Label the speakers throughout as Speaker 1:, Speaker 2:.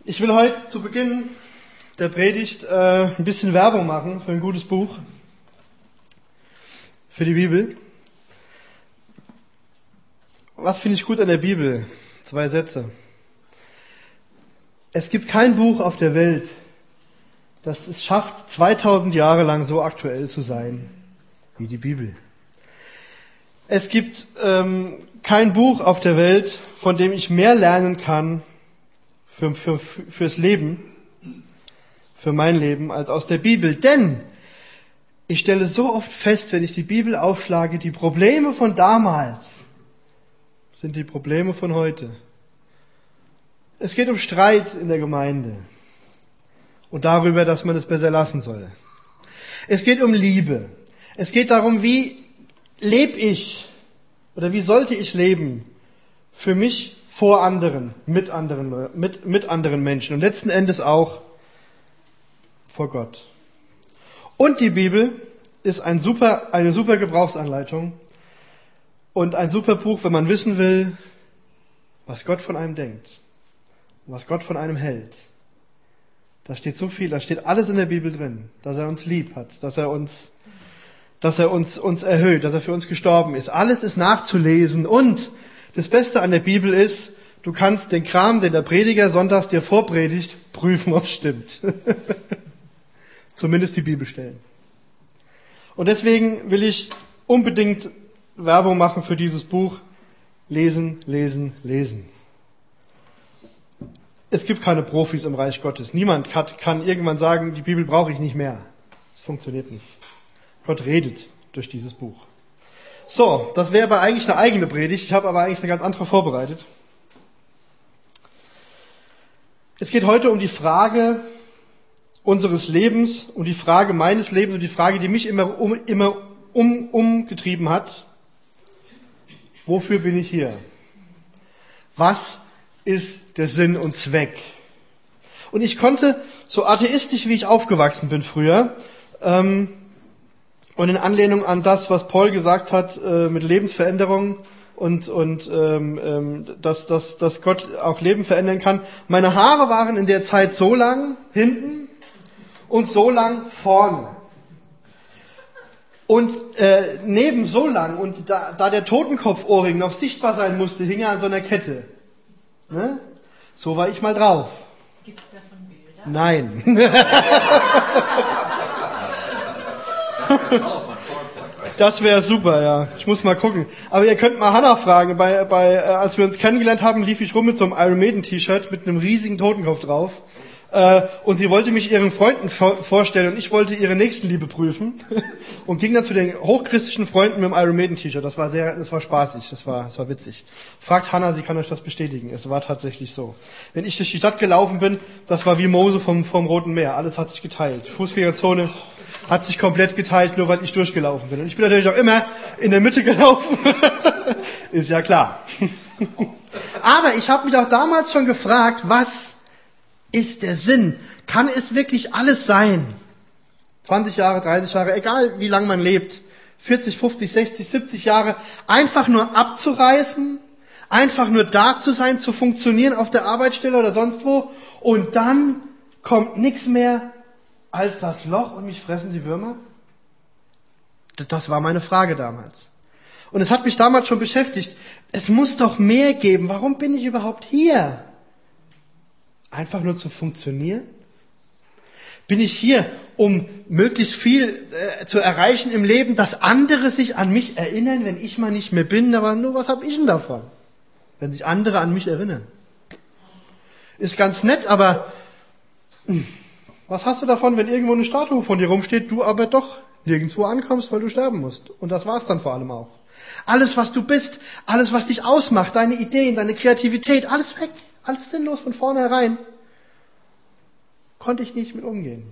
Speaker 1: Ich will heute zu Beginn der Predigt ein bisschen Werbung machen für ein gutes Buch, für die Bibel. Was finde ich gut an der Bibel? 2 Sätze. Es gibt kein Buch auf der Welt, das es schafft, 2000 Jahre lang so aktuell zu sein wie die Bibel. Es gibt kein Buch auf der Welt, von dem ich mehr lernen kann fürs Leben, für mein Leben, als aus der Bibel. Denn ich stelle so oft fest, wenn ich die Bibel aufschlage, die Probleme von damals sind die Probleme von heute. Es geht um Streit in der Gemeinde und darüber, dass man es besser lassen soll. Es geht um Liebe. Es geht darum, wie lebe ich oder wie sollte ich leben für mich vor anderen, mit anderen Menschen und letzten Endes auch vor Gott. Und die Bibel ist eine super Gebrauchsanleitung und ein super Buch, wenn man wissen will, was Gott von einem denkt, was Gott von einem hält. Da steht so viel, da steht alles in der Bibel drin, dass er uns lieb hat, dass er uns erhöht, dass er für uns gestorben ist. Alles ist nachzulesen und das Beste an der Bibel ist, du kannst den Kram, den der Prediger sonntags dir vorpredigt, prüfen, ob es stimmt. Zumindest die Bibelstellen. Und deswegen will ich unbedingt Werbung machen für dieses Buch. Lesen, lesen, lesen. Es gibt keine Profis im Reich Gottes. Niemand kann irgendwann sagen, die Bibel brauche ich nicht mehr. Das funktioniert nicht. Gott redet durch dieses Buch. So, das wäre aber eigentlich eine eigene Predigt. Ich habe aber eigentlich eine ganz andere vorbereitet. Es geht heute um die Frage unseres Lebens, um die Frage meines Lebens und die Frage, die mich immer umgetrieben hat. Wofür bin ich hier? Was ist der Sinn und Zweck? Und ich konnte, so atheistisch wie ich aufgewachsen bin früher, und in Anlehnung an das, was Paul gesagt hat, mit Lebensveränderung und dass Gott auch Leben verändern kann. Meine Haare waren in der Zeit so lang hinten und so lang vorne. Und neben so lang, und da der Totenkopfohrring noch sichtbar sein musste, hing er an so einer Kette. Ne? So war ich mal drauf.
Speaker 2: Gibt's davon Bilder?
Speaker 1: Nein. Das wäre super, ja. Ich muss mal gucken. Aber ihr könnt mal Hannah fragen. Als wir uns kennengelernt haben, lief ich rum mit so einem Iron Maiden T-Shirt mit einem riesigen Totenkopf drauf. Und sie wollte mich ihren Freunden vorstellen und ich wollte ihre Nächstenliebe prüfen und ging dann zu den hochchristlichen Freunden mit dem Iron Maiden T-Shirt. Das war spaßig, das war witzig. Fragt Hannah, sie kann euch das bestätigen. Es war tatsächlich so. Wenn ich durch die Stadt gelaufen bin, das war wie Mose vom Roten Meer. Alles hat sich geteilt. Fußgängerzone hat sich komplett geteilt, nur weil ich durchgelaufen bin. Und ich bin natürlich auch immer in der Mitte gelaufen. Ist ja klar. Aber ich habe mich auch damals schon gefragt, was ist der Sinn? Kann es wirklich alles sein? 20 Jahre, 30 Jahre, egal wie lange man lebt, 40, 50, 60, 70 Jahre, einfach nur abzureißen, einfach nur da zu sein, zu funktionieren auf der Arbeitsstelle oder sonst wo und dann kommt nichts mehr als das Loch und mich fressen die Würmer? Das war meine Frage damals. Und es hat mich damals schon beschäftigt. Es muss doch mehr geben. Warum bin ich überhaupt hier? Einfach nur zu funktionieren? Bin ich hier, um möglichst viel zu erreichen im Leben, dass andere sich an mich erinnern, wenn ich mal nicht mehr bin? Aber nur, was habe ich denn davon, wenn sich andere an mich erinnern? Ist ganz nett, aber was hast du davon, wenn irgendwo eine Statue von dir rumsteht, du aber doch nirgendwo ankommst, weil du sterben musst? Und das war's dann vor allem auch. Alles, was du bist, alles, was dich ausmacht, deine Ideen, deine Kreativität, alles weg. Alles sinnlos von vornherein. Konnte ich nicht mit umgehen.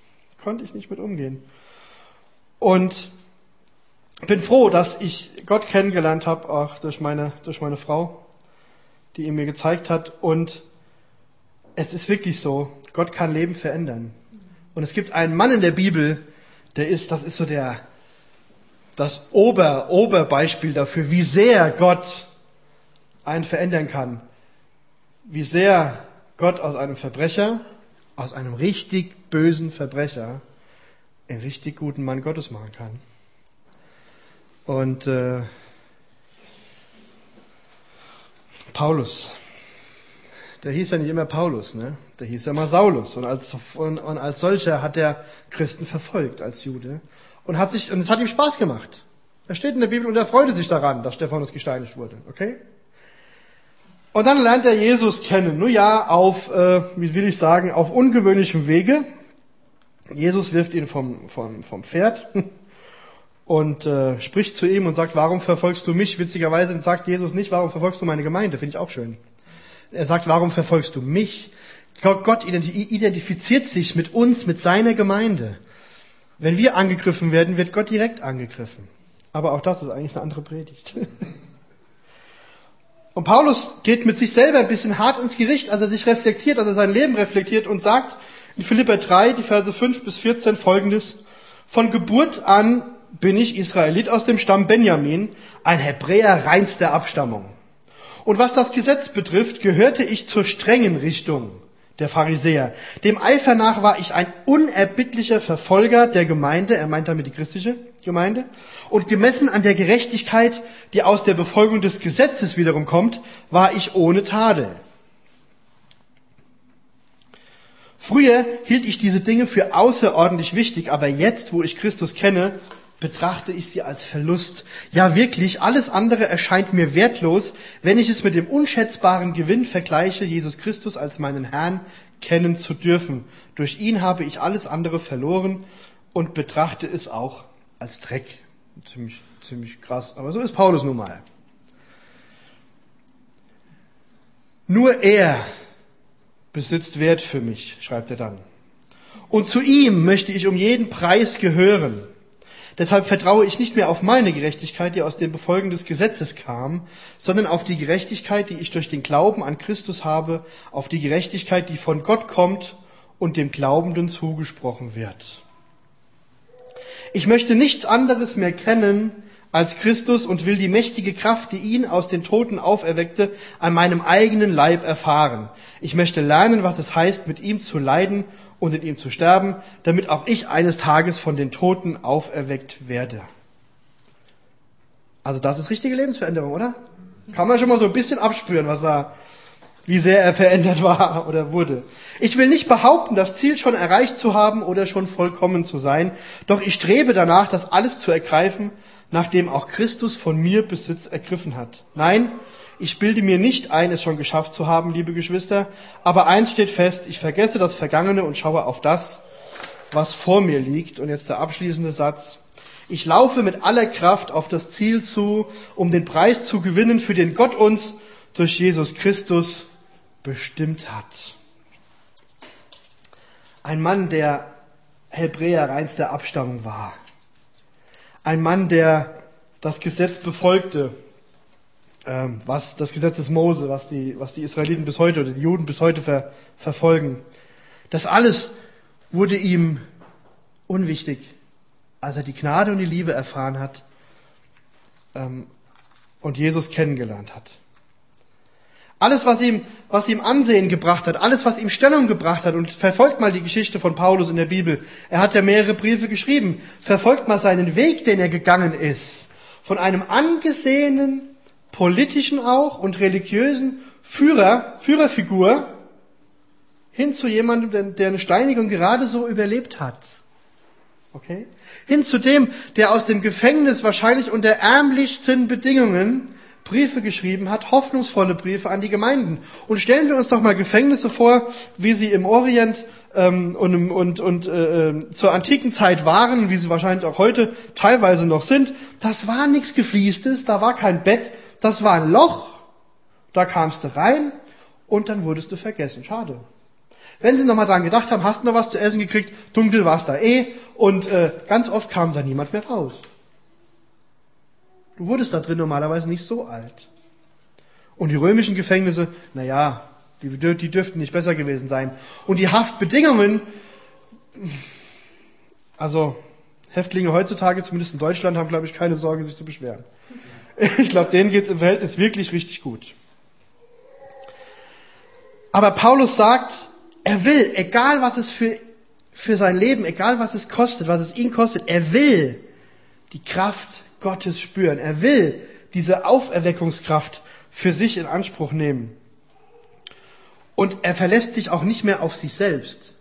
Speaker 1: Und bin froh, dass ich Gott kennengelernt habe, auch durch meine Frau, die ihn mir gezeigt hat. Und es ist wirklich so, Gott kann Leben verändern. Und es gibt einen Mann in der Bibel, das ist so das Oberbeispiel dafür, wie sehr Gott einen verändern kann. Wie sehr Gott aus einem Verbrecher, aus einem richtig bösen Verbrecher, einen richtig guten Mann Gottes machen kann. Und Paulus, der hieß ja nicht immer Paulus, ne? Der hieß ja mal Saulus. Und als solcher hat er Christen verfolgt als Jude. Und es hat ihm Spaß gemacht. Er steht in der Bibel und er freute sich daran, dass Stephanus gesteinigt wurde. Okay? Und dann lernt er Jesus kennen. Nun ja, auf ungewöhnlichem Wege. Jesus wirft ihn vom Pferd und spricht zu ihm und sagt, warum verfolgst du mich? Witzigerweise sagt Jesus nicht, warum verfolgst du meine Gemeinde? Finde ich auch schön. Er sagt, warum verfolgst du mich? Gott identifiziert sich mit uns, mit seiner Gemeinde. Wenn wir angegriffen werden, wird Gott direkt angegriffen. Aber auch das ist eigentlich eine andere Predigt. Und Paulus geht mit sich selber ein bisschen hart ins Gericht, als er sich reflektiert, als er sein Leben reflektiert und sagt in Philipper 3, die Verse 5 bis 14 folgendes: Von Geburt an bin ich Israelit aus dem Stamm Benjamin, ein Hebräer reinster Abstammung. Und was das Gesetz betrifft, gehörte ich zur strengen Richtung der Pharisäer. Dem Eifer nach war ich ein unerbittlicher Verfolger der Gemeinde, er meint damit die christliche Gemeinde, und gemessen an der Gerechtigkeit, die aus der Befolgung des Gesetzes wiederum kommt, war ich ohne Tadel. Früher hielt ich diese Dinge für außerordentlich wichtig, aber jetzt, wo ich Christus kenne, betrachte ich sie als Verlust. Ja wirklich, alles andere erscheint mir wertlos, wenn ich es mit dem unschätzbaren Gewinn vergleiche, Jesus Christus als meinen Herrn kennen zu dürfen. Durch ihn habe ich alles andere verloren und betrachte es auch als Dreck. Ziemlich krass, aber so ist Paulus nun mal. Nur er besitzt Wert für mich, schreibt er dann. Und zu ihm möchte ich um jeden Preis gehören. Deshalb vertraue ich nicht mehr auf meine Gerechtigkeit, die aus dem Befolgen des Gesetzes kam, sondern auf die Gerechtigkeit, die ich durch den Glauben an Christus habe, auf die Gerechtigkeit, die von Gott kommt und dem Glaubenden zugesprochen wird. Ich möchte nichts anderes mehr kennen als Christus und will die mächtige Kraft, die ihn aus den Toten auferweckte, an meinem eigenen Leib erfahren. Ich möchte lernen, was es heißt, mit ihm zu leiden und in ihm zu sterben, damit auch ich eines Tages von den Toten auferweckt werde. Also das ist richtige Lebensveränderung, oder? Kann man schon mal so ein bisschen abspüren, wie sehr er verändert war oder wurde. Ich will nicht behaupten, das Ziel schon erreicht zu haben oder schon vollkommen zu sein, doch ich strebe danach, das alles zu ergreifen, nachdem auch Christus von mir Besitz ergriffen hat. Nein, ich bilde mir nicht ein, es schon geschafft zu haben, liebe Geschwister, aber eins steht fest, ich vergesse das Vergangene und schaue auf das, was vor mir liegt. Und jetzt der abschließende Satz. Ich laufe mit aller Kraft auf das Ziel zu, um den Preis zu gewinnen, für den Gott uns durch Jesus Christus bestimmt hat. Ein Mann, der Hebräer reinster Abstammung war. Ein Mann, der das Gesetz befolgte, was das Gesetz des Mose, was die Israeliten bis heute oder die Juden bis heute verfolgen. Das alles wurde ihm unwichtig, als er die Gnade und die Liebe erfahren hat und Jesus kennengelernt hat. Alles, was ihm Ansehen gebracht hat, alles, was ihm Stellung gebracht hat, und verfolgt mal die Geschichte von Paulus in der Bibel. Er hat ja mehrere Briefe geschrieben. Verfolgt mal seinen Weg, den er gegangen ist. Von einem angesehenen, politischen auch und religiösen Führerfigur hin zu jemandem, der eine Steinigung gerade so überlebt hat. Okay? Hin zu dem, der aus dem Gefängnis wahrscheinlich unter ärmlichsten Bedingungen Briefe geschrieben hat, hoffnungsvolle Briefe an die Gemeinden. Und stellen wir uns doch mal Gefängnisse vor, wie sie im Orient zur antiken Zeit waren, wie sie wahrscheinlich auch heute teilweise noch sind. Das war nichts Gefliestes, da war kein Bett, das war ein Loch, da kamst du rein und dann wurdest du vergessen. Schade. Wenn sie nochmal dran gedacht haben, hast du noch was zu essen gekriegt, dunkel war es da und ganz oft kam da niemand mehr raus. Du wurdest da drin normalerweise nicht so alt. Und die römischen Gefängnisse, naja, die dürften nicht besser gewesen sein. Und die Haftbedingungen, also Häftlinge heutzutage, zumindest in Deutschland, haben, glaube ich, keine Sorge, sich zu beschweren. Ich glaube, denen geht es im Verhältnis wirklich richtig gut. Aber Paulus sagt, er will, egal was es für sein Leben, egal was es kostet, was es ihn kostet, er will die Kraft Gottes spüren. Er will diese Auferweckungskraft für sich in Anspruch nehmen. Und er verlässt sich auch nicht mehr auf sich selbst.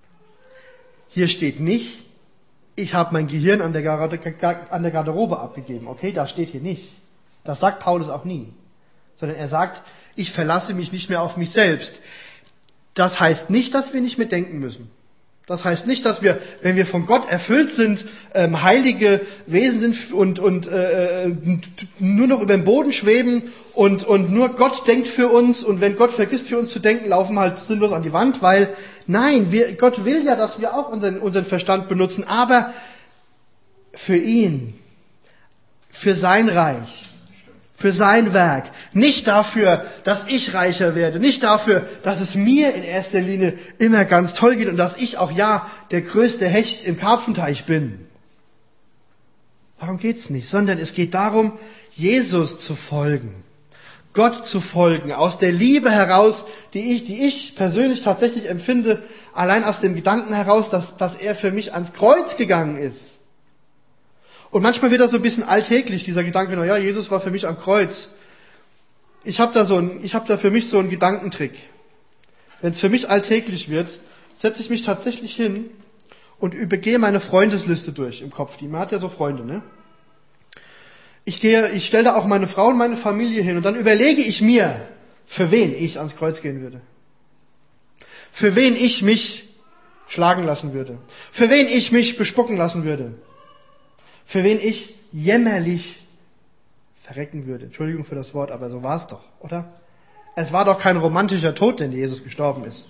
Speaker 1: Hier steht nicht, ich habe mein Gehirn an der Garderobe abgegeben. Okay, das steht hier nicht. Das sagt Paulus auch nie. Sondern er sagt, ich verlasse mich nicht mehr auf mich selbst. Das heißt nicht, dass wir nicht mehr denken müssen. Das heißt nicht, dass wir, wenn wir von Gott erfüllt sind, heilige Wesen sind und nur noch über dem Boden schweben und nur Gott denkt für uns, und wenn Gott vergisst für uns zu denken, laufen wir halt sinnlos an die Wand, weil nein, Gott will ja, dass wir auch unseren Verstand benutzen, aber für ihn, für sein Reich, für sein Werk, nicht dafür, dass ich reicher werde, nicht dafür, dass es mir in erster Linie immer ganz toll geht und dass ich auch der größte Hecht im Karpfenteich bin. Darum geht's nicht, sondern es geht darum, Jesus zu folgen, Gott zu folgen, aus der Liebe heraus, die ich persönlich tatsächlich empfinde, allein aus dem Gedanken heraus, dass er für mich ans Kreuz gegangen ist. Und manchmal wird das so ein bisschen alltäglich, dieser Gedanke, na ja, Jesus war für mich am Kreuz. Ich habe da für mich so einen Gedankentrick. Wenn es für mich alltäglich wird, setze ich mich tatsächlich hin und übergehe meine Freundesliste durch im Kopf. Man hat ja so Freunde, ne? Ich stelle da auch meine Frau und meine Familie hin und dann überlege ich mir, für wen ich ans Kreuz gehen würde. Für wen ich mich schlagen lassen würde. Für wen ich mich bespucken lassen würde. Für wen ich jämmerlich verrecken würde. Entschuldigung für das Wort, aber so war es doch, oder? Es war doch kein romantischer Tod, denn Jesus gestorben ist.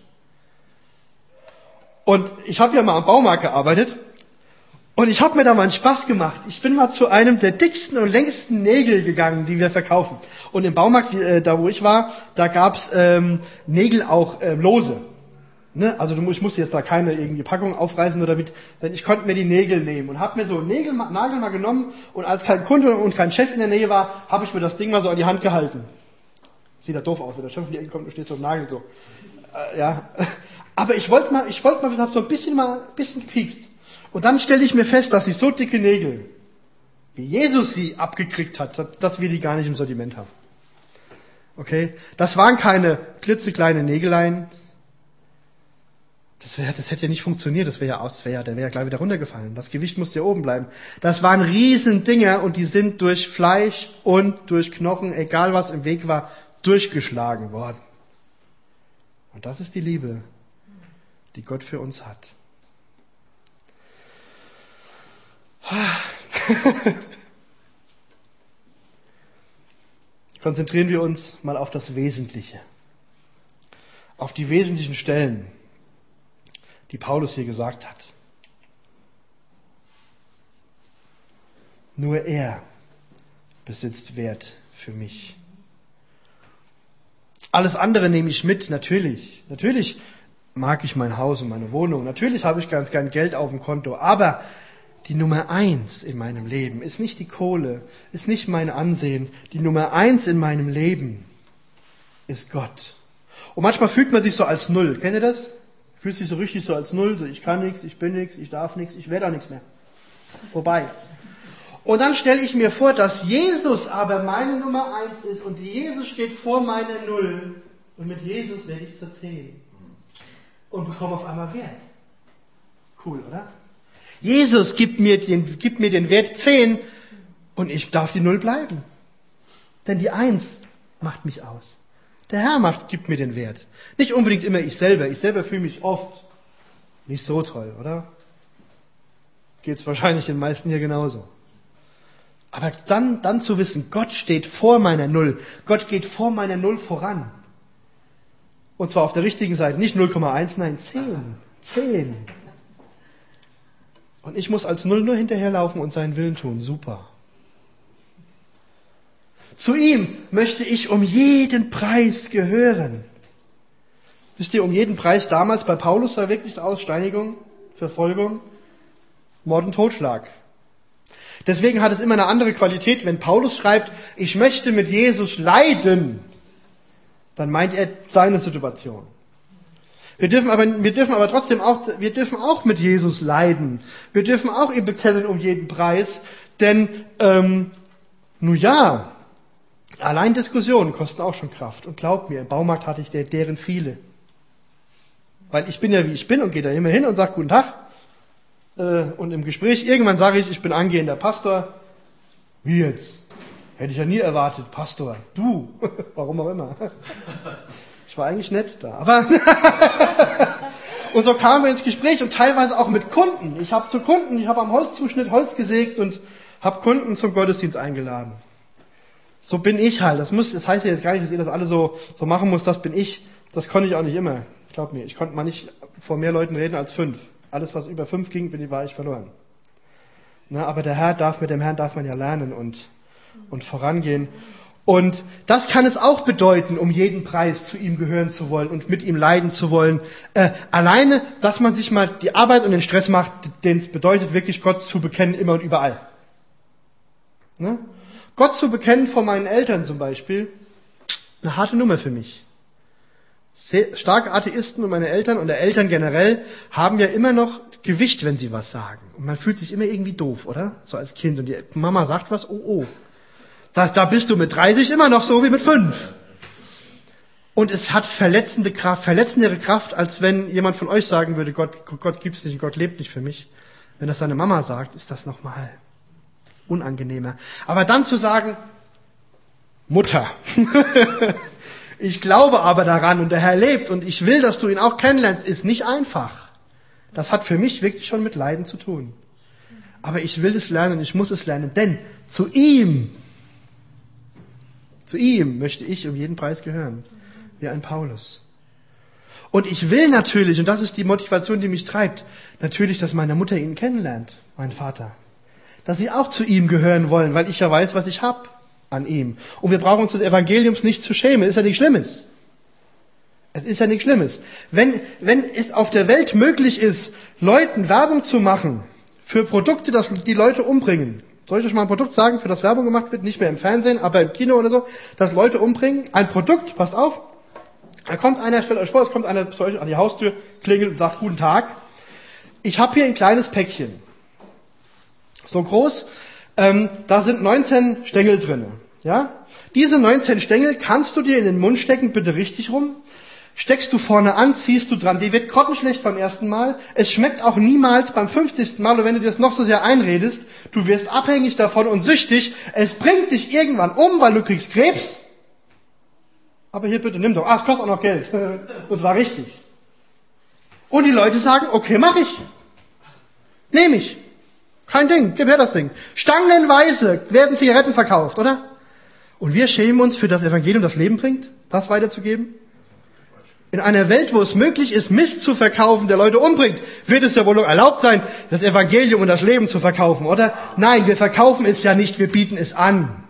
Speaker 1: Und ich habe ja mal am Baumarkt gearbeitet und ich habe mir da mal einen Spaß gemacht. Ich bin mal zu einem der dicksten und längsten Nägel gegangen, die wir verkaufen. Und im Baumarkt, da wo ich war, da gab's Nägel auch lose. Ne? Also ich musste jetzt da keine irgendwie Packung aufreißen oder denn ich konnte mir die Nägel nehmen und habe mir so einen Nagel mal genommen und als kein Kunde und kein Chef in der Nähe war, habe ich mir das Ding mal so an die Hand gehalten. Sieht da doof aus, wenn der Chef in die Ecke kommt und steht so ein Nagel so. Ja. Aber ich wollte mal, habe so ein bisschen gepiekst. Und dann stelle ich mir fest, dass ich so dicke Nägel, wie Jesus sie abgekriegt hat, dass wir die gar nicht im Sortiment haben. Okay? Das waren keine klitzekleine Nägelein. Das hätte ja nicht funktioniert, der wäre ja gleich wieder runtergefallen. Das Gewicht musste ja oben bleiben. Das waren Riesendinger und die sind durch Fleisch und durch Knochen, egal was im Weg war, durchgeschlagen worden. Und das ist die Liebe, die Gott für uns hat. Konzentrieren wir uns mal auf das Wesentliche, auf die wesentlichen Stellen, die Paulus hier gesagt hat. Nur er besitzt Wert für mich. Alles andere nehme ich mit, natürlich. Natürlich mag ich mein Haus und meine Wohnung. Natürlich habe ich ganz gern Geld auf dem Konto. Aber die Nummer 1 in meinem Leben ist nicht die Kohle, ist nicht mein Ansehen. Die Nummer 1 in meinem Leben ist Gott. Und manchmal fühlt man sich so als Null. Kennt ihr das? Fühlt sich so richtig so als Null, so ich kann nichts, ich bin nichts, ich darf nichts, ich werde auch nichts mehr. Vorbei. Und dann stelle ich mir vor, dass Jesus aber meine Nummer 1 ist und Jesus steht vor meiner Null und mit Jesus werde ich zur 10 und bekomme auf einmal Wert. Cool, oder? Jesus gibt mir den Wert 10 und ich darf die Null bleiben. Denn die 1 macht mich aus. Der Herr gibt mir den Wert. Nicht unbedingt immer ich selber. Ich selber fühle mich oft nicht so toll, oder? Geht's wahrscheinlich den meisten hier genauso. Aber dann zu wissen, Gott steht vor meiner Null. Gott geht vor meiner Null voran. Und zwar auf der richtigen Seite. Nicht 0,1, nein, 10. Und ich muss als Null nur hinterherlaufen und seinen Willen tun. Super. Zu ihm möchte ich um jeden Preis gehören. Wisst ihr, um jeden Preis damals bei Paulus war wirklich aus Steinigung, Verfolgung, Mord und Totschlag. Deswegen hat es immer eine andere Qualität, wenn Paulus schreibt, ich möchte mit Jesus leiden. dann meint er seine Situation. Wir dürfen aber trotzdem auch mit Jesus leiden. Wir dürfen auch ihm bekennen um jeden Preis, denn, allein Diskussionen kosten auch schon Kraft. Und glaubt mir, im Baumarkt hatte ich deren viele. Weil ich bin ja wie ich bin und gehe da immer hin und sage guten Tag. Und im Gespräch, irgendwann sage ich bin angehender Pastor. Wie jetzt? Hätte ich ja nie erwartet, Pastor. Du, warum auch immer. Ich war eigentlich nett da, aber und so kamen wir ins Gespräch und teilweise auch mit Kunden. Ich habe am Holzzuschnitt Holz gesägt und habe Kunden zum Gottesdienst eingeladen. So bin ich halt. Das heißt ja jetzt gar nicht, dass ihr das alle so machen müsst. Das bin ich. Das konnte ich auch nicht immer. Glaub mir, ich konnte mal nicht vor mehr Leuten reden als 5. Alles, was über 5 ging, war ich verloren. Na, aber mit dem Herrn darf man ja lernen und vorangehen. Und das kann es auch bedeuten, um jeden Preis zu ihm gehören zu wollen und mit ihm leiden zu wollen. Alleine, dass man sich mal die Arbeit und den Stress macht, den es bedeutet, wirklich Gott zu bekennen, immer und überall. Ne? Gott zu bekennen vor meinen Eltern zum Beispiel, eine harte Nummer für mich. Sehr starke Atheisten und meine Eltern und Eltern generell haben ja immer noch Gewicht, wenn sie was sagen. Und man fühlt sich immer irgendwie doof, oder? So als Kind. Und die Mama sagt was, oh. Da bist du mit 30 immer noch so wie mit 5. Und es hat verletzendere Kraft, als wenn jemand von euch sagen würde, Gott gibt's nicht, Gott lebt nicht für mich. Wenn das seine Mama sagt, ist das nochmal unangenehmer. Aber dann zu sagen, Mutter, ich glaube aber daran und der Herr lebt und ich will, dass du ihn auch kennenlernst, ist nicht einfach. Das hat für mich wirklich schon mit Leiden zu tun. Aber ich will es lernen und ich muss es lernen, denn zu ihm möchte ich um jeden Preis gehören, wie ein Paulus. Und ich will natürlich, und das ist die Motivation, die mich treibt, natürlich, dass meine Mutter ihn kennenlernt, mein Vater. Dass sie auch zu ihm gehören wollen, weil ich ja weiß, was ich habe an ihm. Und wir brauchen uns des Evangeliums nicht zu schämen. Es ist ja nichts Schlimmes. Es ist ja nichts Schlimmes. Wenn es auf der Welt möglich ist, Leuten Werbung zu machen für Produkte, dass die Leute umbringen. Soll ich euch mal ein Produkt sagen, für das Werbung gemacht wird? Nicht mehr im Fernsehen, aber im Kino oder so. Dass Leute umbringen. Ein Produkt, passt auf. Da kommt einer, stellt euch vor, es kommt einer zu euch an die Haustür, klingelt und sagt, guten Tag. Ich habe hier ein kleines Päckchen. So groß. Da sind 19 Stängel drin. Ja? Diese 19 Stängel kannst du dir in den Mund stecken, bitte richtig rum. Steckst du vorne an, ziehst du dran. Die wird grottenschlecht beim ersten Mal. Es schmeckt auch niemals beim 50. Mal. Und wenn du dir das noch so sehr einredest, du wirst abhängig davon und süchtig. Es bringt dich irgendwann um, weil du kriegst Krebs. Aber hier bitte, nimm doch. Es kostet auch noch Geld. Und zwar richtig. Und die Leute sagen, okay, mach ich. Nehme ich. Kein Ding, gib her das Ding. Stangenweise werden Zigaretten verkauft, oder? Und wir schämen uns für das Evangelium, das Leben bringt, das weiterzugeben. In einer Welt, wo es möglich ist, Mist zu verkaufen, der Leute umbringt, wird es ja wohl erlaubt sein, das Evangelium und das Leben zu verkaufen, oder? Nein, wir verkaufen es ja nicht, wir bieten es an.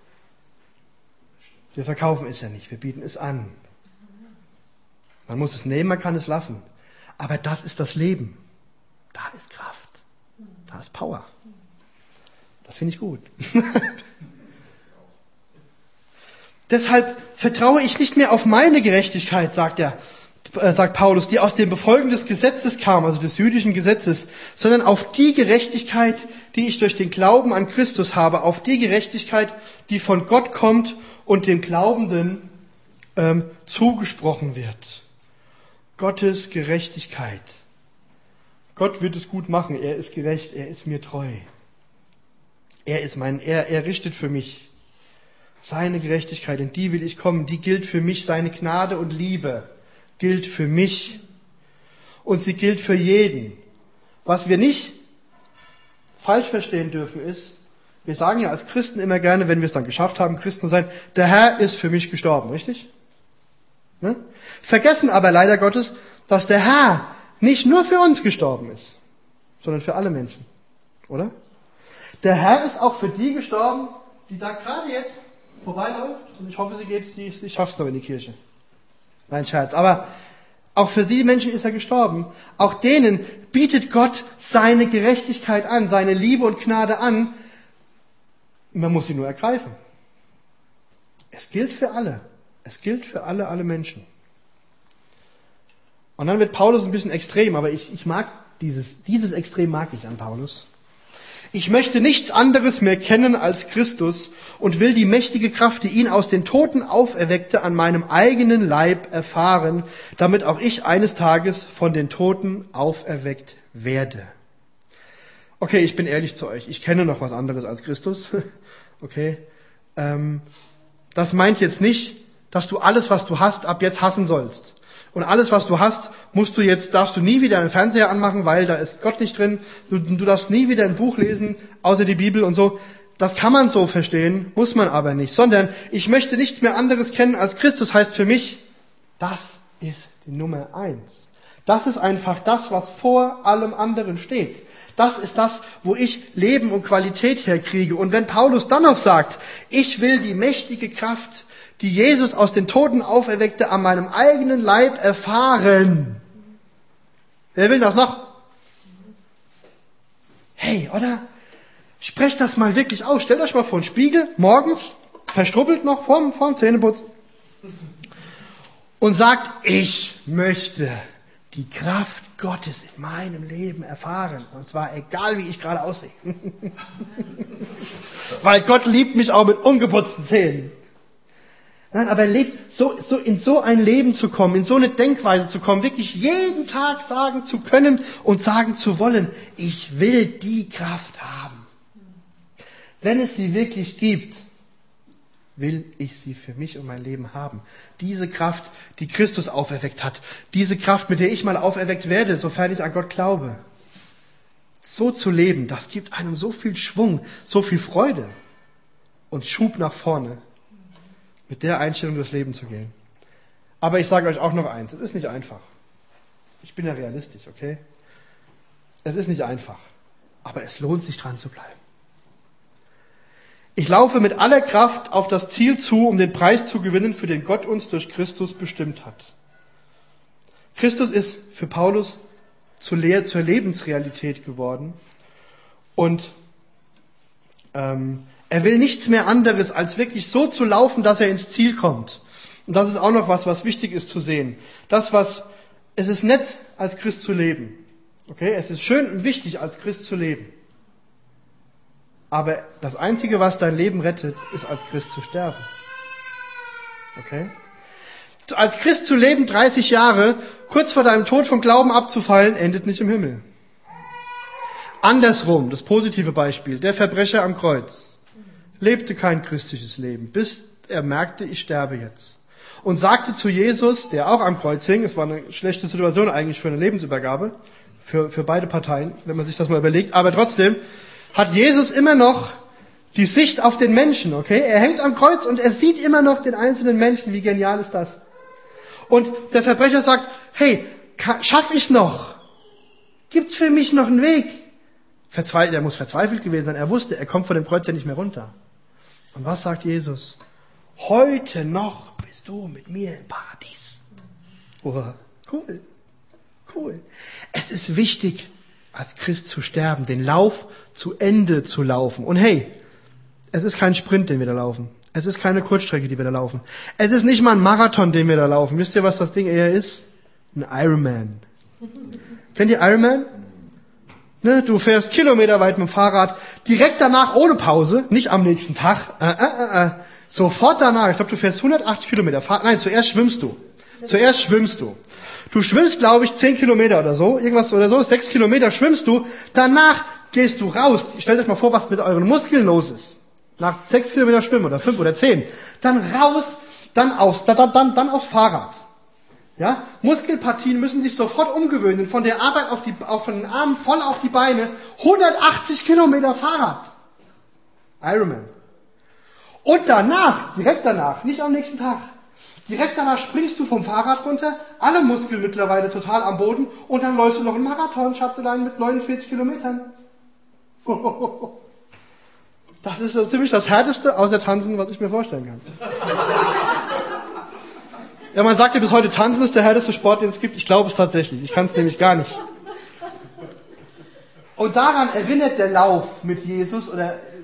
Speaker 1: Wir verkaufen es ja nicht, wir bieten es an. Man muss es nehmen, man kann es lassen. Aber das ist das Leben. Da ist Kraft. Da ist Power. Das finde ich gut. Deshalb vertraue ich nicht mehr auf meine Gerechtigkeit, sagt Paulus, die aus dem Befolgen des Gesetzes kam, also des jüdischen Gesetzes, sondern auf die Gerechtigkeit, die ich durch den Glauben an Christus habe, auf die Gerechtigkeit, die von Gott kommt und dem Glaubenden zugesprochen wird. Gottes Gerechtigkeit. Gott wird es gut machen, er ist gerecht, er ist mir treu. Er richtet für mich. Seine Gerechtigkeit, in die will ich kommen, die gilt für mich, seine Gnade und Liebe gilt für mich. Und sie gilt für jeden. Was wir nicht falsch verstehen dürfen ist, wir sagen ja als Christen immer gerne, wenn wir es dann geschafft haben, Christen zu sein, der Herr ist für mich gestorben, richtig? Ne? Vergessen aber leider Gottes, dass der Herr nicht nur für uns gestorben ist, sondern für alle Menschen, oder? Der Herr ist auch für die gestorben, die da gerade jetzt vorbeiläuft, und ich hoffe, sie schafft es noch in die Kirche. Nein, Scherz. Aber auch für die Menschen ist er gestorben. Auch denen bietet Gott seine Gerechtigkeit an, seine Liebe und Gnade an. Man muss sie nur ergreifen. Es gilt für alle. Es gilt für alle Menschen. Und dann wird Paulus ein bisschen extrem, aber ich mag dieses Extrem mag ich an Paulus. Ich möchte nichts anderes mehr kennen als Christus und will die mächtige Kraft, die ihn aus den Toten auferweckte, an meinem eigenen Leib erfahren, damit auch ich eines Tages von den Toten auferweckt werde. Okay, ich bin ehrlich zu euch. Ich kenne noch was anderes als Christus. Okay. Das meint jetzt nicht, dass du alles, was du hast, ab jetzt hassen sollst. Und alles, was du hast, darfst du nie wieder einen Fernseher anmachen, weil da ist Gott nicht drin. Du darfst nie wieder ein Buch lesen, außer die Bibel und so. Das kann man so verstehen, muss man aber nicht. Sondern, ich möchte nichts mehr anderes kennen als Christus, heißt für mich, das ist die Nummer 1. Das ist einfach das, was vor allem anderen steht. Das ist das, wo ich Leben und Qualität herkriege. Und wenn Paulus dann noch sagt, ich will die mächtige Kraft, die Jesus aus den Toten auferweckte, an meinem eigenen Leib erfahren. Wer will das noch? Hey, oder? Sprecht das mal wirklich aus. Stellt euch mal vor den Spiegel, morgens, verstrubbelt noch vorm Zähneputz und sagt, ich möchte die Kraft Gottes in meinem Leben erfahren. Und zwar egal, wie ich gerade aussehe. Weil Gott liebt mich auch mit ungeputzten Zähnen. Nein, aber in so ein Leben zu kommen, in so eine Denkweise zu kommen, wirklich jeden Tag sagen zu können und sagen zu wollen, ich will die Kraft haben. Wenn es sie wirklich gibt, will ich sie für mich und mein Leben haben. Diese Kraft, die Christus auferweckt hat, diese Kraft, mit der ich mal auferweckt werde, sofern ich an Gott glaube. So zu leben, das gibt einem so viel Schwung, so viel Freude und Schub nach vorne. Mit der Einstellung durchs Leben zu gehen. Aber ich sage euch auch noch eins, es ist nicht einfach. Ich bin ja realistisch, okay? Es ist nicht einfach, aber es lohnt sich dran zu bleiben. Ich laufe mit aller Kraft auf das Ziel zu, um den Preis zu gewinnen, für den Gott uns durch Christus bestimmt hat. Christus ist für Paulus zur Lebensrealität geworden und er will nichts mehr anderes, als wirklich so zu laufen, dass er ins Ziel kommt. Und das ist auch noch was wichtig ist zu sehen. Es ist nett, als Christ zu leben. Okay? Es ist schön und wichtig, als Christ zu leben. Aber das Einzige, was dein Leben rettet, ist, als Christ zu sterben. Okay? Als Christ zu leben, 30 Jahre, kurz vor deinem Tod vom Glauben abzufallen, endet nicht im Himmel. Andersrum, das positive Beispiel, der Verbrecher am Kreuz lebte kein christliches Leben, bis er merkte, ich sterbe jetzt. Und sagte zu Jesus, der auch am Kreuz hing, es war eine schlechte Situation eigentlich für eine Lebensübergabe, für beide Parteien, wenn man sich das mal überlegt, aber trotzdem hat Jesus immer noch die Sicht auf den Menschen, okay? Er hängt am Kreuz und er sieht immer noch den einzelnen Menschen, wie genial ist das? Und der Verbrecher sagt, hey, schaff ich's noch? Gibt's für mich noch einen Weg? Er muss verzweifelt gewesen sein, er wusste, er kommt von dem Kreuz ja nicht mehr runter. Und was sagt Jesus? Heute noch bist du mit mir im Paradies. Oh, cool. Es ist wichtig, als Christ zu sterben, den Lauf zu Ende zu laufen. Und hey, es ist kein Sprint, den wir da laufen. Es ist keine Kurzstrecke, die wir da laufen. Es ist nicht mal ein Marathon, den wir da laufen. Wisst ihr, was das Ding eher ist? Ein Ironman. Kennt ihr Ironman? Ne, du fährst kilometerweit mit dem Fahrrad, direkt danach ohne Pause, nicht am nächsten Tag, sofort danach, ich glaube, du fährst 180 Kilometer, zuerst schwimmst du. Du schwimmst, glaube ich, 10 Kilometer oder so, 6 Kilometer schwimmst du, danach gehst du raus. Stellt euch mal vor, was mit euren Muskeln los ist. Nach 6 Kilometer Schwimmen oder 5 oder 10. Dann raus, dann aufs Fahrrad. Ja, Muskelpartien müssen sich sofort umgewöhnen, von der Arbeit von den Armen voll auf die Beine, 180 Kilometer Fahrrad. Ironman. Und danach, direkt danach, nicht am nächsten Tag, direkt danach springst du vom Fahrrad runter, alle Muskeln mittlerweile total am Boden, und dann läufst du noch einen Marathon, Schatzelein, mit 49 Kilometern. Das ist so ziemlich das Härteste außer Tanzen, was ich mir vorstellen kann. Ja, man sagt ja bis heute, Tanzen ist der härteste Sport, den es gibt. Ich glaube es tatsächlich. Ich kann es nämlich gar nicht. Und daran erinnert der Lauf mit Jesus oder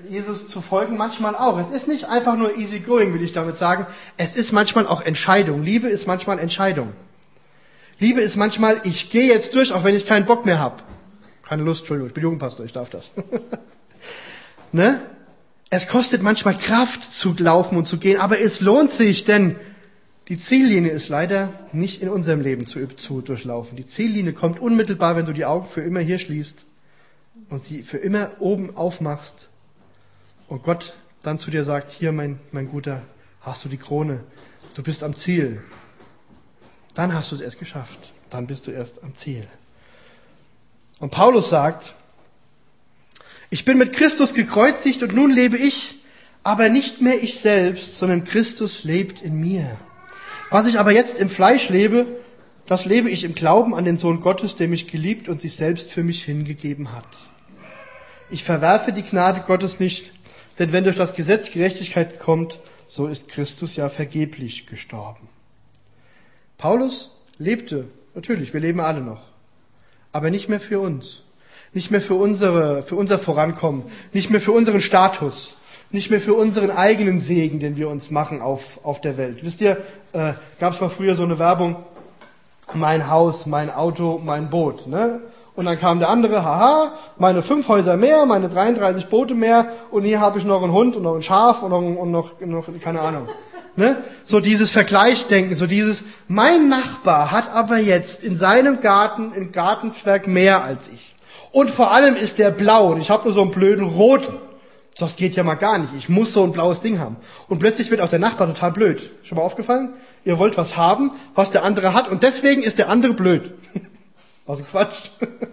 Speaker 1: Jesus zu folgen manchmal auch. Es ist nicht einfach nur easy going, will ich damit sagen. Es ist manchmal auch Entscheidung. Liebe ist manchmal Entscheidung. Liebe ist manchmal, ich gehe jetzt durch, auch wenn ich keinen Bock mehr habe. Keine Lust, Entschuldigung, ich bin Jugendpastor, ich darf das. Ne? Es kostet manchmal Kraft zu laufen und zu gehen, aber es lohnt sich, denn die Ziellinie ist leider nicht in unserem Leben zu durchlaufen. Die Ziellinie kommt unmittelbar, wenn du die Augen für immer hier schließt und sie für immer oben aufmachst und Gott dann zu dir sagt, hier mein Guter, hast du die Krone, du bist am Ziel. Dann hast du es erst geschafft, dann bist du erst am Ziel. Und Paulus sagt, ich bin mit Christus gekreuzigt und nun lebe ich, aber nicht mehr ich selbst, sondern Christus lebt in mir. Was ich aber jetzt im Fleisch lebe, das lebe ich im Glauben an den Sohn Gottes, der mich geliebt und sich selbst für mich hingegeben hat. Ich verwerfe die Gnade Gottes nicht, denn wenn durch das Gesetz Gerechtigkeit kommt, so ist Christus ja vergeblich gestorben. Paulus lebte, natürlich, wir leben alle noch, aber nicht mehr für uns, nicht mehr für unser Vorankommen, nicht mehr für unseren Status, nicht mehr für unseren eigenen Segen, den wir uns machen auf der Welt. Wisst ihr, gab es mal früher so eine Werbung, mein Haus, mein Auto, mein Boot, ne? Und dann kam der andere, haha, meine 5 Häuser mehr, meine 33 Boote mehr und hier habe ich noch einen Hund und noch ein Schaf und noch keine Ahnung. Ne? So dieses Vergleichsdenken, so dieses, mein Nachbar hat aber jetzt in seinem Garten ein Gartenzwerg mehr als ich. Und vor allem ist der blau und ich habe nur so einen blöden roten. Das geht ja mal gar nicht. Ich muss so ein blaues Ding haben. Und plötzlich wird auch der Nachbar total blöd. Schon mal aufgefallen? Ihr wollt was haben, was der andere hat und deswegen ist der andere blöd. Also Quatsch.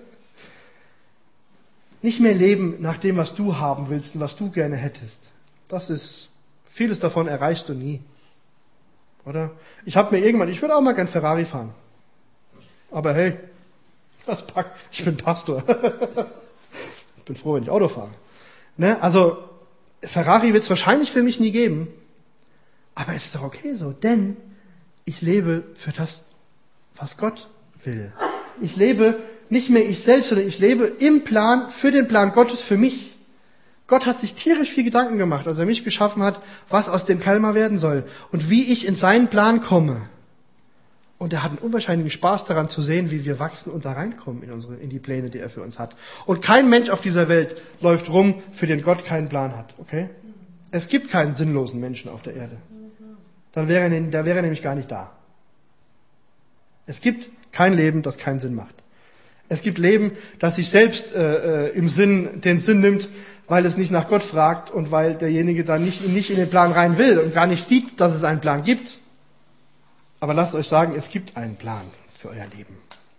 Speaker 1: Nicht mehr leben nach dem, was du haben willst und was du gerne hättest. Vieles davon erreichst du nie. Oder? Ich würde auch mal gern Ferrari fahren. Aber hey, ich bin Pastor. Ich bin froh, wenn ich Auto fahre. Ne? Also, Ferrari wird es wahrscheinlich für mich nie geben. Aber es ist doch okay so, denn ich lebe für das, was Gott will. Ich lebe nicht mehr ich selbst, sondern ich lebe im Plan, für den Plan Gottes für mich. Gott hat sich tierisch viel Gedanken gemacht, als er mich geschaffen hat, was aus dem Kalmar werden soll und wie ich in seinen Plan komme. Und er hat einen unwahrscheinlichen Spaß daran zu sehen, wie wir wachsen und da reinkommen in die Pläne, die er für uns hat. Und kein Mensch auf dieser Welt läuft rum, für den Gott keinen Plan hat. Okay? Es gibt keinen sinnlosen Menschen auf der Erde. Da wäre er nämlich gar nicht da. Es gibt kein Leben, das keinen Sinn macht. Es gibt Leben, das sich selbst den Sinn nimmt, weil es nicht nach Gott fragt und weil derjenige dann nicht in den Plan rein will und gar nicht sieht, dass es einen Plan gibt. Aber lasst euch sagen, es gibt einen Plan für euer Leben.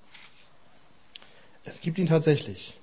Speaker 1: Es gibt ihn tatsächlich.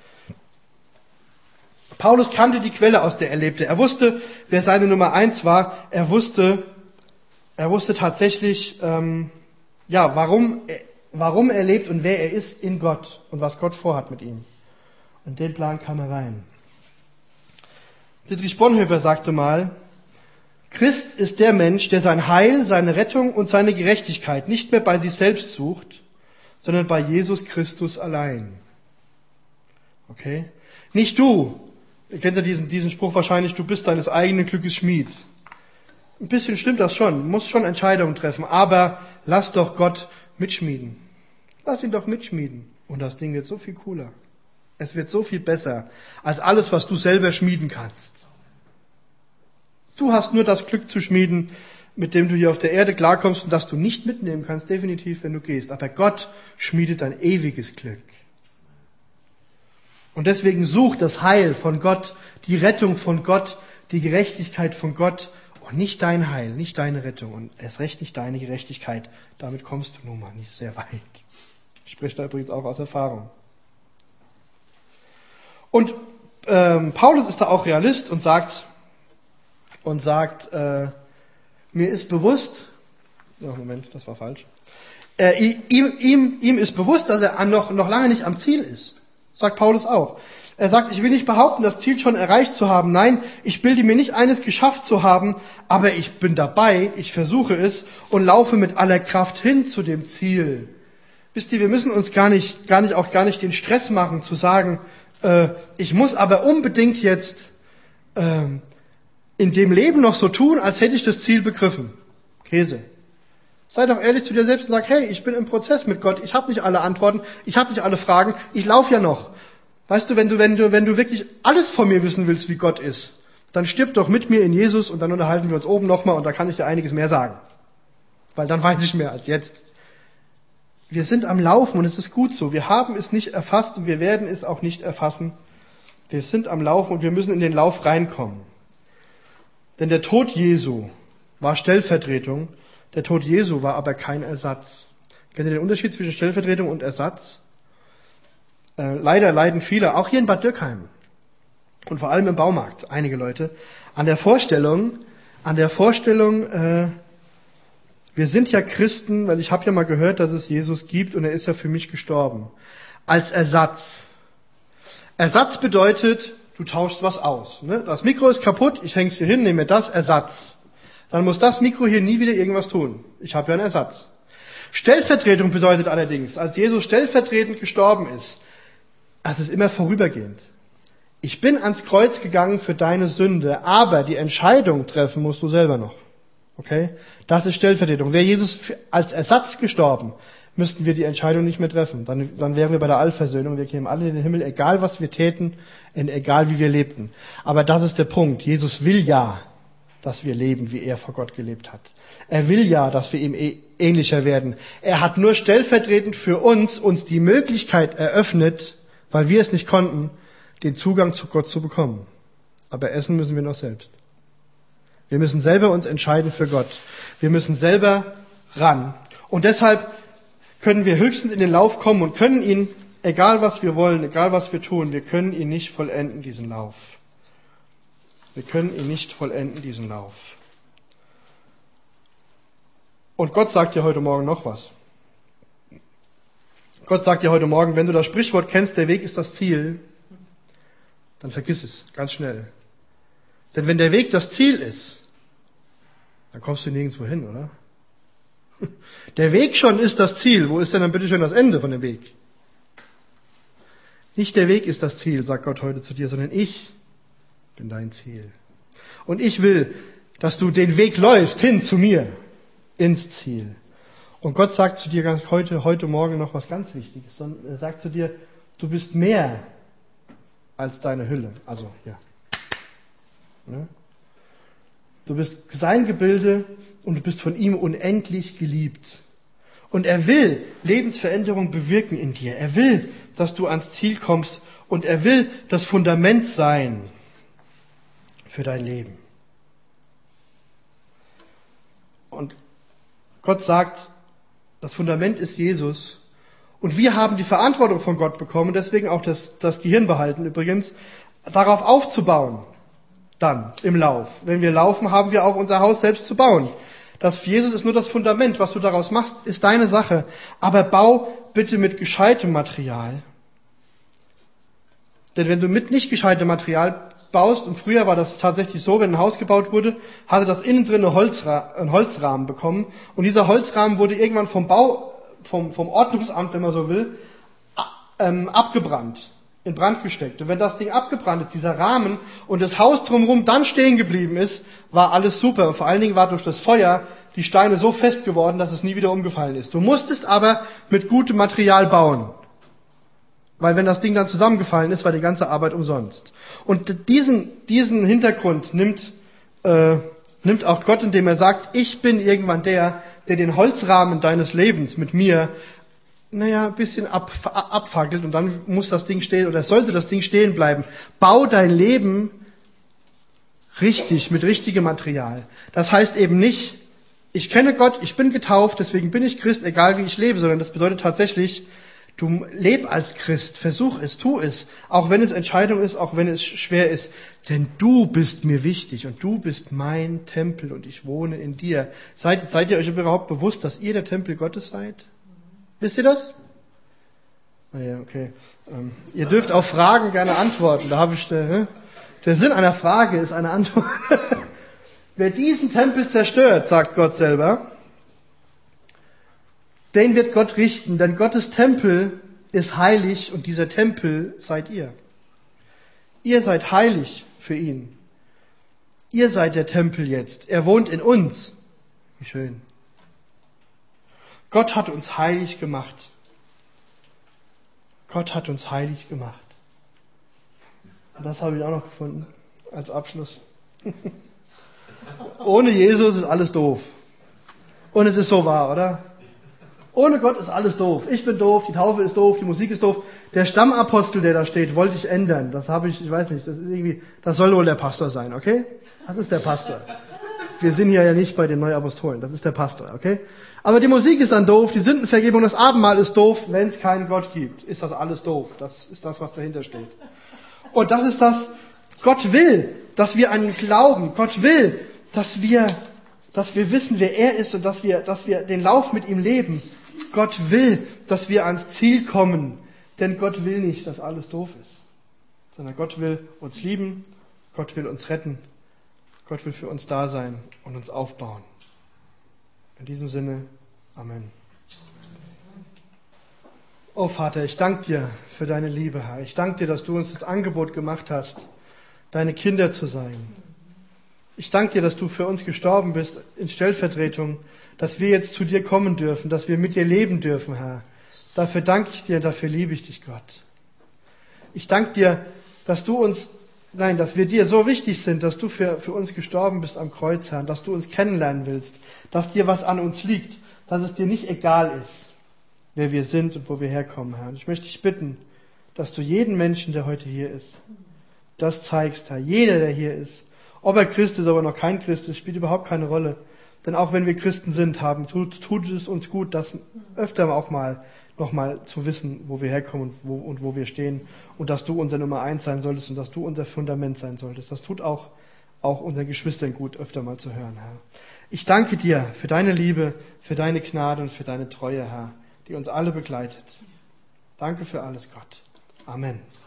Speaker 1: Paulus kannte die Quelle, aus der er lebte. Er wusste, wer seine Nummer 1 war. Er wusste tatsächlich, warum er lebt und wer er ist in Gott und was Gott vorhat mit ihm. Und den Plan kam er rein. Dietrich Bonhoeffer sagte mal, Christ ist der Mensch, der sein Heil, seine Rettung und seine Gerechtigkeit nicht mehr bei sich selbst sucht, sondern bei Jesus Christus allein. Okay? Nicht du. Ihr kennt ja diesen Spruch wahrscheinlich, du bist deines eigenen Glückes Schmied. Ein bisschen stimmt das schon, du musst schon Entscheidungen treffen, aber lass doch Gott mitschmieden. Lass ihn doch mitschmieden. Und das Ding wird so viel cooler. Es wird so viel besser als alles, was du selber schmieden kannst. Du hast nur das Glück zu schmieden, mit dem du hier auf der Erde klarkommst und das du nicht mitnehmen kannst, definitiv, wenn du gehst. Aber Gott schmiedet ein ewiges Glück. Und deswegen such das Heil von Gott, die Rettung von Gott, die Gerechtigkeit von Gott und nicht dein Heil, nicht deine Rettung und erst recht nicht deine Gerechtigkeit. Damit kommst du nun mal nicht sehr weit. Ich spreche da übrigens auch aus Erfahrung. Und Paulus ist da auch Realist und sagt, mir ist bewusst, Moment, das war falsch, ihm ist bewusst, dass er noch lange nicht am Ziel ist, sagt Paulus auch. Er sagt, ich will nicht behaupten, das Ziel schon erreicht zu haben. Nein, ich bilde mir nicht eines geschafft zu haben, aber ich bin dabei, ich versuche es und laufe mit aller Kraft hin zu dem Ziel. Wisst ihr, wir müssen uns gar nicht den Stress machen, zu sagen, ich muss aber unbedingt jetzt in dem Leben noch so tun, als hätte ich das Ziel begriffen. Käse. Sei doch ehrlich zu dir selbst und sag, hey, ich bin im Prozess mit Gott, ich habe nicht alle Antworten, ich habe nicht alle Fragen, ich laufe ja noch. Weißt du, wenn du wirklich alles von mir wissen willst, wie Gott ist, dann stirb doch mit mir in Jesus und dann unterhalten wir uns oben nochmal und da kann ich dir einiges mehr sagen. Weil dann weiß ich mehr als jetzt. Wir sind am Laufen und es ist gut so. Wir haben es nicht erfasst und wir werden es auch nicht erfassen. Wir sind am Laufen und wir müssen in den Lauf reinkommen. Denn der Tod Jesu war Stellvertretung, der Tod Jesu war aber kein Ersatz. Kennt ihr den Unterschied zwischen Stellvertretung und Ersatz? Leider leiden viele, auch hier in Bad Dürkheim und vor allem im Baumarkt, einige Leute, an der Vorstellung, wir sind ja Christen, weil ich habe ja mal gehört, dass es Jesus gibt und er ist ja für mich gestorben. Als Ersatz. Ersatz bedeutet, du tauschst was aus. Ne? Das Mikro ist kaputt, ich häng's hier hin, nehme das, Ersatz. Dann muss das Mikro hier nie wieder irgendwas tun. Ich habe ja einen Ersatz. Stellvertretung bedeutet allerdings, als Jesus stellvertretend gestorben ist, es ist immer vorübergehend. Ich bin ans Kreuz gegangen für deine Sünde, aber die Entscheidung treffen musst du selber noch. Okay? Das ist Stellvertretung. Wäre Jesus als Ersatz gestorben, müssten wir die Entscheidung nicht mehr treffen. Dann wären wir bei der Allversöhnung. Wir kämen alle in den Himmel, egal was wir täten, egal wie wir lebten. Aber das ist der Punkt. Jesus will ja, dass wir leben, wie er vor Gott gelebt hat. Er will ja, dass wir ihm ähnlicher werden. Er hat nur stellvertretend für uns die Möglichkeit eröffnet, weil wir es nicht konnten, den Zugang zu Gott zu bekommen. Aber essen müssen wir noch selbst. Wir müssen selber uns entscheiden für Gott. Wir müssen selber ran. Und deshalb können wir höchstens in den Lauf kommen und können ihn, egal was wir wollen, egal was wir tun, wir können ihn nicht vollenden, diesen Lauf. Wir können ihn nicht vollenden, diesen Lauf. Und Gott sagt dir heute Morgen noch was. Gott sagt dir heute Morgen, wenn du das Sprichwort kennst, der Weg ist das Ziel, dann vergiss es, ganz schnell. Denn wenn der Weg das Ziel ist, dann kommst du nirgendwo hin, oder? Der Weg schon ist das Ziel. Wo ist denn dann bitte schön das Ende von dem Weg? Nicht der Weg ist das Ziel, sagt Gott heute zu dir, sondern ich bin dein Ziel. Und ich will, dass du den Weg läufst hin zu mir, ins Ziel. Und Gott sagt zu dir heute Morgen noch was ganz Wichtiges. Er sagt zu dir, du bist mehr als deine Hülle. Also, ja. Ne? Du bist sein Gebilde und du bist von ihm unendlich geliebt. Und er will Lebensveränderung bewirken in dir. Er will, dass du ans Ziel kommst und er will das Fundament sein für dein Leben. Und Gott sagt, das Fundament ist Jesus. Und wir haben die Verantwortung von Gott bekommen, deswegen auch das Gehirn behalten übrigens, darauf aufzubauen. Dann im Lauf. Wenn wir laufen, haben wir auch unser Haus selbst zu bauen. Das Jesus ist nur das Fundament. Was du daraus machst, ist deine Sache. Aber bau bitte mit gescheitem Material. Denn wenn du mit nicht gescheitem Material baust, und früher war das tatsächlich so, wenn ein Haus gebaut wurde, hatte das innen drin einen Holzrahmen bekommen. Und dieser Holzrahmen wurde irgendwann vom Ordnungsamt, wenn man so will, abgebrannt. In Brand gesteckt. Und wenn das Ding abgebrannt ist, dieser Rahmen, und das Haus drumherum dann stehen geblieben ist, war alles super. Und vor allen Dingen war durch das Feuer die Steine so fest geworden, dass es nie wieder umgefallen ist. Du musstest aber mit gutem Material bauen. Weil wenn das Ding dann zusammengefallen ist, war die ganze Arbeit umsonst. Und diesen Hintergrund nimmt auch Gott, indem er sagt, ich bin irgendwann der den Holzrahmen deines Lebens mit mir ein bisschen abfackelt und dann muss das Ding stehen oder sollte das Ding stehen bleiben. Bau dein Leben richtig, mit richtigem Material. Das heißt eben nicht, ich kenne Gott, ich bin getauft, deswegen bin ich Christ, egal wie ich lebe, sondern das bedeutet tatsächlich, du leb als Christ, versuch es, tu es, auch wenn es Entscheidung ist, auch wenn es schwer ist, denn du bist mir wichtig und du bist mein Tempel und ich wohne in dir. Seid ihr euch überhaupt bewusst, dass ihr der Tempel Gottes seid? Wisst ihr das? Ja, okay. Ihr dürft auf Fragen gerne antworten. Da habe ich der Sinn einer Frage ist eine Antwort. Wer diesen Tempel zerstört, sagt Gott selber, den wird Gott richten, denn Gottes Tempel ist heilig und dieser Tempel seid ihr. Ihr seid heilig für ihn. Ihr seid der Tempel jetzt. Er wohnt in uns. Wie schön. Gott hat uns heilig gemacht. Gott hat uns heilig gemacht. Und das habe ich auch noch gefunden als Abschluss. Ohne Jesus ist alles doof. Und es ist so wahr, oder? Ohne Gott ist alles doof. Ich bin doof, die Taufe ist doof, die Musik ist doof. Der Stammapostel, der da steht, wollte ich ändern. Das habe ich weiß nicht, das soll wohl der Pastor sein, okay? Das ist der Pastor. Wir sind hier ja nicht bei den Neuapostolen, das ist der Pastor, okay? Aber die Musik ist dann doof, die Sündenvergebung, das Abendmahl ist doof. Wenn es keinen Gott gibt, ist das alles doof. Das ist das, was dahinter steht. Und das ist das, Gott will, dass wir an ihn glauben. Gott will, dass wir wissen, wer er ist und dass wir den Lauf mit ihm leben. Gott will, dass wir ans Ziel kommen. Denn Gott will nicht, dass alles doof ist. Sondern Gott will uns lieben. Gott will uns retten. Gott will für uns da sein und uns aufbauen. In diesem Sinne, Amen. Oh Vater, ich danke dir für deine Liebe, Herr. Ich danke dir, dass du uns das Angebot gemacht hast, deine Kinder zu sein. Ich danke dir, dass du für uns gestorben bist in Stellvertretung, dass wir jetzt zu dir kommen dürfen, dass wir mit dir leben dürfen, Herr. Dafür danke ich dir, dafür liebe ich dich, Gott. Ich danke dir, dass wir dir so wichtig sind, dass du für uns gestorben bist am Kreuz, Herr, dass du uns kennenlernen willst, dass dir was an uns liegt, dass es dir nicht egal ist, wer wir sind und wo wir herkommen, Herr. Und ich möchte dich bitten, dass du jeden Menschen, der heute hier ist, das zeigst, Herr. Jeder, der hier ist, ob er Christ ist, aber noch kein Christ ist, spielt überhaupt keine Rolle. Denn auch wenn wir Christen sind, tut es uns gut, das öfter auch mal nochmal zu wissen, wo wir herkommen und wo wir stehen. Und dass du unser Nummer 1 sein solltest und dass du unser Fundament sein solltest. Das tut auch unseren Geschwistern gut, öfter mal zu hören, Herr. Ich danke dir für deine Liebe, für deine Gnade und für deine Treue, Herr, die uns alle begleitet. Danke für alles, Gott. Amen.